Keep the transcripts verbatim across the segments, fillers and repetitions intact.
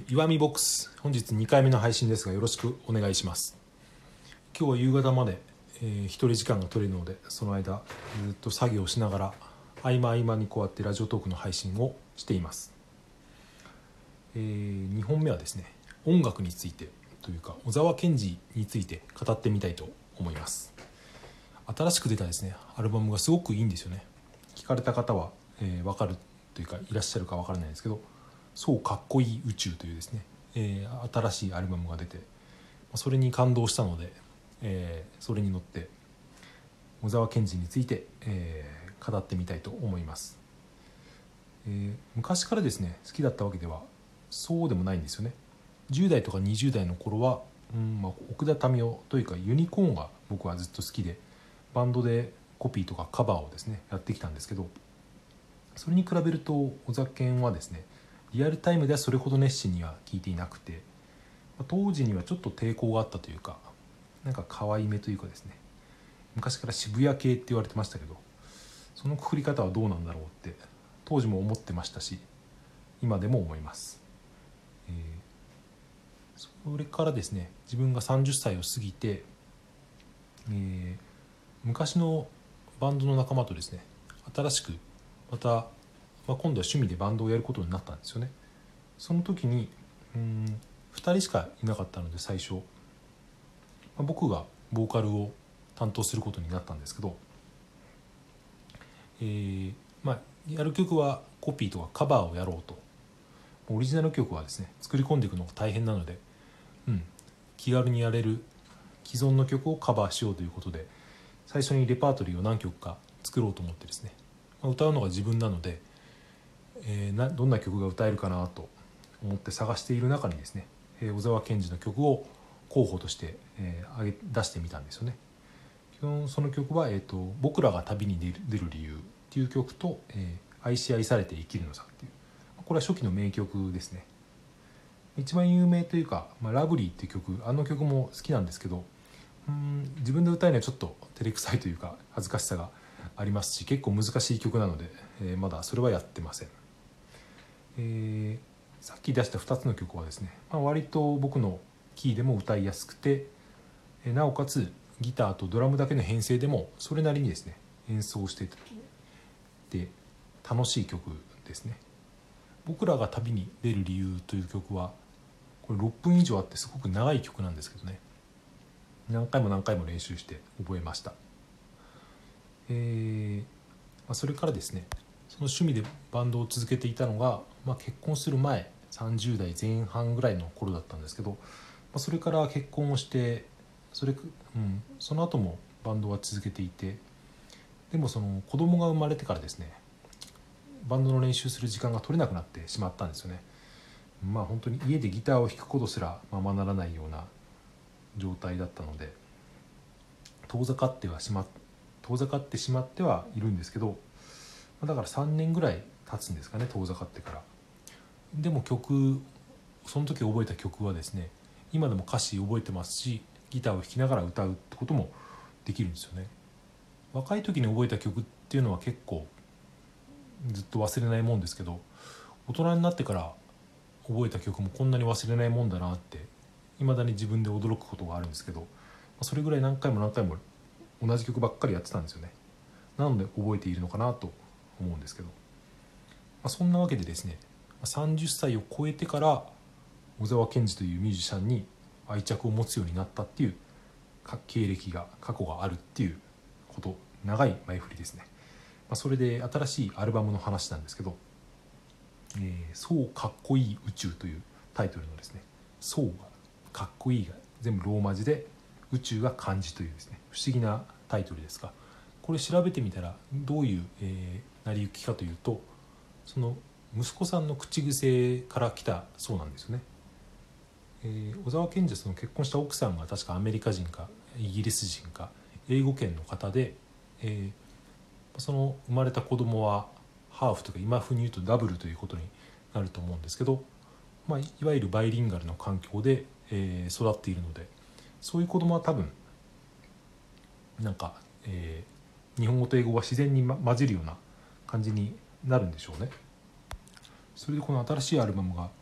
岩見ボックス、本日にかいめの配信ですがよろしくお願いします。今日は夕方まで、えー、一人時間が取れるので、その間ずっと作業しながら合間合間にこうやってラジオトークの配信をしています。えー、にほんめはですね、音楽についてというか小沢健二について語ってみたいと思います。新しく出たですねアルバムがすごくいいんですよね。聞かれた方は、えー、分かるというかいらっしゃるか分からないんですけど、そうかっこいい宇宙というですね、えー、新しいアルバムが出て、それに感動したので、えー、それに乗って小沢健二について、えー、語ってみたいと思います。えー、昔からですね好きだったわけではそうでもないんですよね。じゅう代とかにじゅう代の頃は、うんまあ、奥田民生というかユニコーンが僕はずっと好きで、バンドでコピーとかカバーをですねやってきたんですけど、それに比べると小沢健はですねリアルタイムではそれほど熱心には聴いていなくて、当時にはちょっと抵抗があったというか、なんか可愛めというかですね、昔から渋谷系って言われてましたけど、そのくくり方はどうなんだろうって当時も思ってましたし、今でも思います。えー、それからですね、自分がさんじゅっさいを過ぎて、えー、昔のバンドの仲間とですね新しくまたまあ、今度は趣味でバンドをやることになったんですよね。その時にうんふたりしかいなかったので最初、まあ、僕がボーカルを担当することになったんですけど、えーまあ、やる曲はコピーとかカバーをやろうと。オリジナル曲はですね作り込んでいくのが大変なので、うん、気軽にやれる既存の曲をカバーしようということで、最初にレパートリーを何曲か作ろうと思ってですね、まあ、歌うのが自分なので、えー、などんな曲が歌えるかなと思って探している中にですね、えー、小沢健二の曲を候補として、えー、上げ出してみたんですよね。基本その曲は、えーと「僕らが旅に出る出る理由」っていう曲と、えー「愛し愛されて生きるのさ」っていう、これは初期の名曲ですね。一番有名というか、まあ、ラブリーっていう曲、あの曲も好きなんですけど、うん自分で歌えるのはちょっと照れくさいというか恥ずかしさがありますし、結構難しい曲なので、えー、まだそれはやってません。えー、さっき出したふたつの曲はですね、まあ、割と僕のキーでも歌いやすくて、えー、なおかつギターとドラムだけの編成でもそれなりにですね演奏していて楽しい曲ですね。僕らが旅に出る理由という曲はこれろっぷん以上あってすごく長い曲なんですけどね、何回も何回も練習して覚えました。えーまあ、それからですね、その趣味でバンドを続けていたのが、まあ、結婚する前さんじゅう代前半ぐらいの頃だったんですけど、まあ、それから結婚をしてそれ、うん、その後もバンドは続けていて、でもその子供が生まれてからですねバンドの練習する時間が取れなくなってしまったんですよね。まあ本当に家でギターを弾くことすらままならないような状態だったので、遠ざかってはしま遠ざかってしまってはいるんですけど、だからさんねんぐらい経つんですかね、遠ざかってから。でも曲その時覚えた曲はですね今でも歌詞覚えてますし、ギターを弾きながら歌うってこともできるんですよね。若い時に覚えた曲っていうのは結構ずっと忘れないもんですけど、大人になってから覚えた曲もこんなに忘れないもんだなって未だに自分で驚くことがあるんですけど、それぐらい何回も何回も同じ曲ばっかりやってたんですよね。なので覚えているのかなと思うんですけど、まあ、そんなわけでですねさんじゅっさいを超えてから小沢健二というミュージシャンに愛着を持つようになったっていう経歴が過去があるっていうこと、長い前振りですね。まあ、それで新しいアルバムの話なんですけど、えー、そうかっこいい宇宙というタイトルのですね、そうがかっこいいが全部ローマ字で宇宙が漢字というですね不思議なタイトルですが、これ調べてみたらどういう、えー、成り行きかというと、その息子さんの口癖から来たそうなんですよね。えー、小沢健二はその結婚した奥さんが確かアメリカ人かイギリス人か英語圏の方で、えー、その生まれた子供はハーフというか今風に言うとダブルということになると思うんですけど、まあ、いわゆるバイリンガルの環境で、えー、育っているので、そういう子供は多分なんか、えー、日本語と英語が自然に、ま、混じるような感じになるんでしょうね。それでこの新しいアルバムが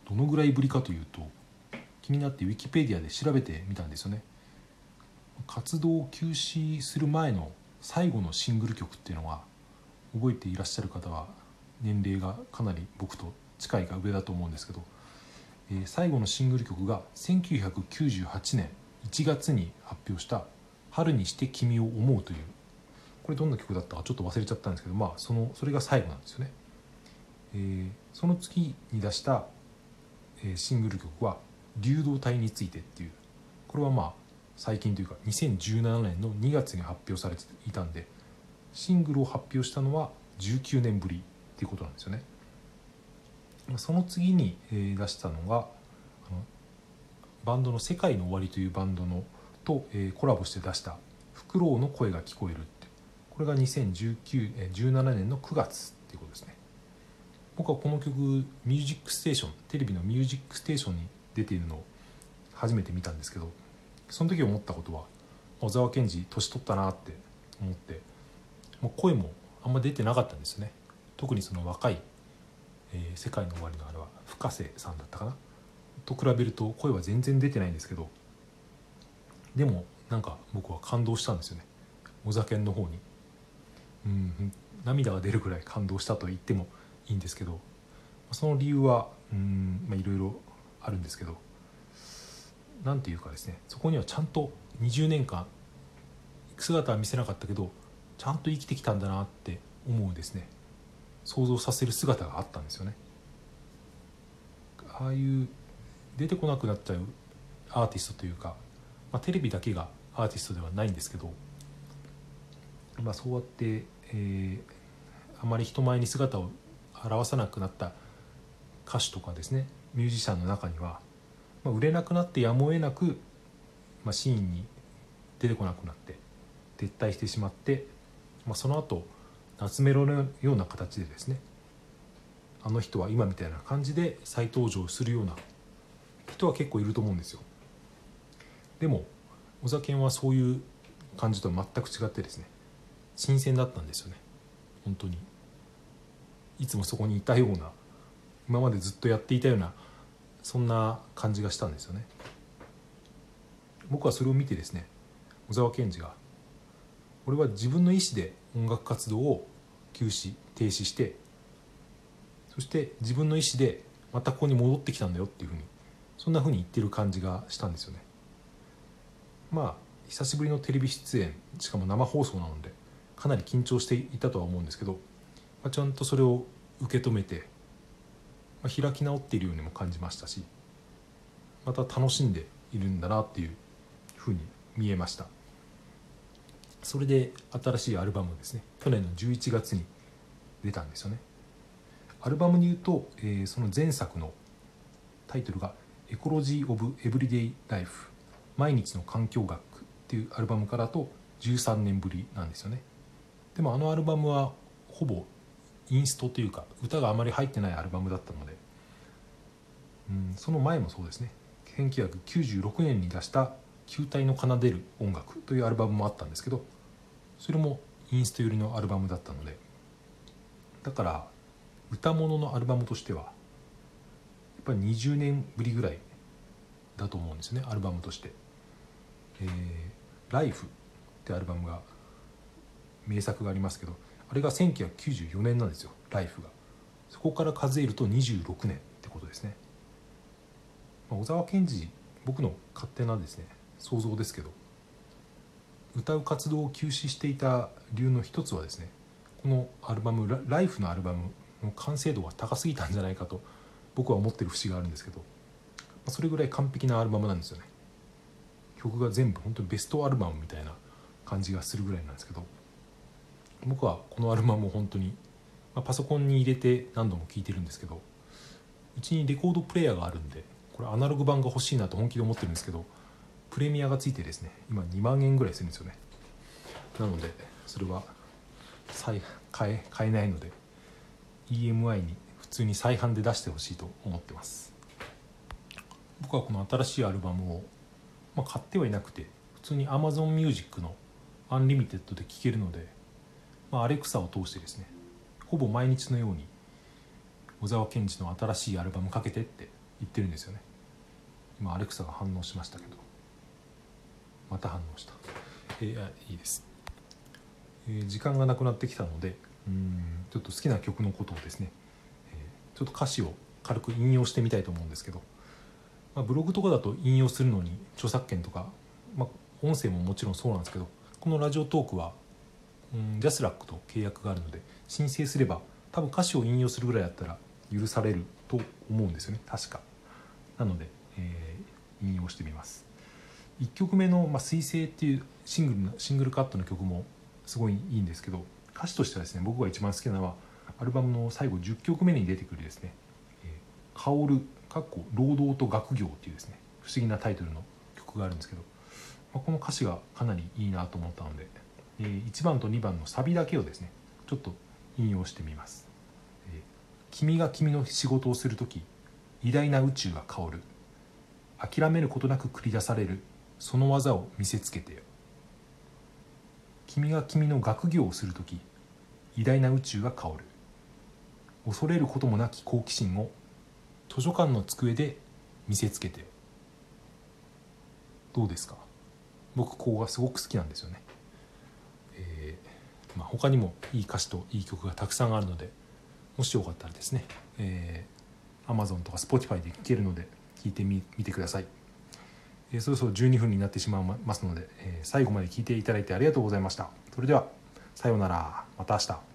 どのぐらいぶりかというと、気になってウィキペディアで調べてみたんですよね。活動を休止する前の最後のシングル曲っていうのは、覚えていらっしゃる方は年齢がかなり僕と近いか上だと思うんですけど、えー、最後のシングル曲がせんきゅうひゃくきゅうじゅうはちねんいちがつに発表した「春にして君を思う」という、これどんな曲だったかちょっと忘れちゃったんですけど、まあそのそれが最後なんですよね。えー、その次に出した、えー、シングル曲は「流動体について」っていう、これはまあ最近というかにせんじゅうななねんのにがつに発表されていたんで、シングルを発表したのはじゅうきゅうねんぶりっていうことなんですよね。その次に出したのが、あのバンドの世界の終わりというバンドのとコラボして出したフクロウの声が聞こえるって、これがにせんじゅうきゅう、じゅうななねんのくがつっていうことですね。僕はこの曲ミュージックステーション、テレビのミュージックステーションに出ているのを初めて見たんですけど、その時思ったことは、小沢健二年取ったなって思って、もう声もあんま出てなかったんですよね。特にその若い、えー、世界の終わりのあれは深瀬さんだったかなと比べると声は全然出てないんですけど、でもなんか僕は感動したんですよね、小沢健の方に。うん涙が出るぐらい感動したと言ってもいいんですけど、その理由はうんまあいろいろあるんですけど、なんていうかですね、そこにはちゃんとにじゅうねんかん姿は見せなかったけどちゃんと生きてきたんだなって思うですね、想像させる姿があったんですよね。ああいう出てこなくなっちゃうアーティストというか、まあ、テレビだけがアーティストではないんですけど、まあ、そうやって、えー、あまり人前に姿を現さなくなった歌手とかですね、ミュージシャンの中には、まあ、売れなくなってやむを得なく、まあ、シーンに出てこなくなって撤退してしまって、まあ、その後夏メロのような形でですね、あの人は今みたいな感じで再登場するような人は結構いると思うんですよ。でも小沢健はそういう感じとは全く違ってですね、新鮮だったんですよね。本当にいつもそこにいたような、今までずっとやっていたような、そんな感じがしたんですよね。僕はそれを見てですね、小沢健二が俺は自分の意思で音楽活動を休止停止して、そして自分の意思でまたここに戻ってきたんだよっていうふうに、そんなふうに言ってる感じがしたんですよね。まあ久しぶりのテレビ出演、しかも生放送なのでかなり緊張していたとは思うんですけど、まあ、ちゃんとそれを受け止めて、まあ、開き直っているようにも感じましたし、また楽しんでいるんだなっていうふうに見えました。それで新しいアルバムですね、去年のじゅういちがつに出たんですよね。アルバムに言うと、えー、その前作のタイトルがエコロジー・オブ・エブリデイ・ライフ、毎日の環境学っていうアルバムからとじゅうさんねんぶりなんですよね。でもあのアルバムはほぼインストというか歌があまり入ってないアルバムだったので、うん、その前もそうですね、せんきゅうひゃくきゅうじゅうろくねんに出した球体の奏でる音楽というアルバムもあったんですけど、それもインスト寄りのアルバムだったので、だから歌物のアルバムとしてはやっぱりにじゅうねんぶりぐらいだと思うんですよね、アルバムとして。えー、ライフってアルバムが名作がありますけど、あれがせんきゅうひゃくきゅうじゅうよねんなんですよ、ライフが。そこから数えるとにじゅうろくねんってことですね。まあ、小沢健二、僕の勝手なですね想像ですけど、歌う活動を休止していた理由の一つはですね、このアルバムライフのアルバムの完成度が高すぎたんじゃないかと僕は思ってる節があるんですけど、それぐらい完璧なアルバムなんですよね。曲が全部本当にベストアルバムみたいな感じがするぐらいなんですけど、僕はこのアルバムを本当に、まあ、パソコンに入れて何度も聴いてるんですけど、うちにレコードプレーヤーがあるんで、これアナログ版が欲しいなと本気で思ってるんですけど、プレミアがついてですね、今にまんえんぐらいするんですよね。なのでそれは再買え買えないので イーエムアイ に普通に再販で出してほしいと思ってます。僕はこの新しいアルバムを、まあ、買ってはいなくて普通に Amazon Music のアンリミテッドで聴けるので、まあ、アレクサを通してですね、ほぼ毎日のように小沢健二の新しいアルバムかけてって言ってるんですよね。今アレクサが反応しましたけど、また反応した。えー、いいです、えー、時間がなくなってきたので、うーんちょっと好きな曲のことをですね、えー、ちょっと歌詞を軽く引用してみたいと思うんですけど、まあ、ブログとかだと引用するのに著作権とか、まあ、音声ももちろんそうなんですけど、このラジオトークは、うん、ジャスラックと契約があるので申請すれば多分歌詞を引用するぐらいだったら許されると思うんですよね、確か。なので、えー、引用してみます。いっきょくめの「まあ、彗星」っていうシングルのシングルカットの曲もすごいいいんですけど、歌詞としてはですね、僕が一番好きなのはアルバムの最後じゅっきょくめに出てくるですね「薫」かっこ労働と学業っていうですね不思議なタイトルの曲があるんですけど、まあ、この歌詞がかなりいいなと思ったので、えー、いちばんとにばんのサビだけをですねちょっと引用してみます。えー、君が君の仕事をするとき、偉大な宇宙が香る。諦めることなく繰り出されるその技を見せつけてよ。君が君の学業をするとき、偉大な宇宙が香る。恐れることもなき好奇心を図書館の机で見せつけてよ。どうですか？僕ここがすごく好きなんですよね。えーまあ、他にもいい歌詞といい曲がたくさんあるので、もしよかったらですね、えー、Amazon とか Spotify で聴けるので聴いてみてください。えー、そろそろじゅうにふんになってしまいますので、えー、最後まで聴いていただいてありがとうございました。それではさようなら、また明日。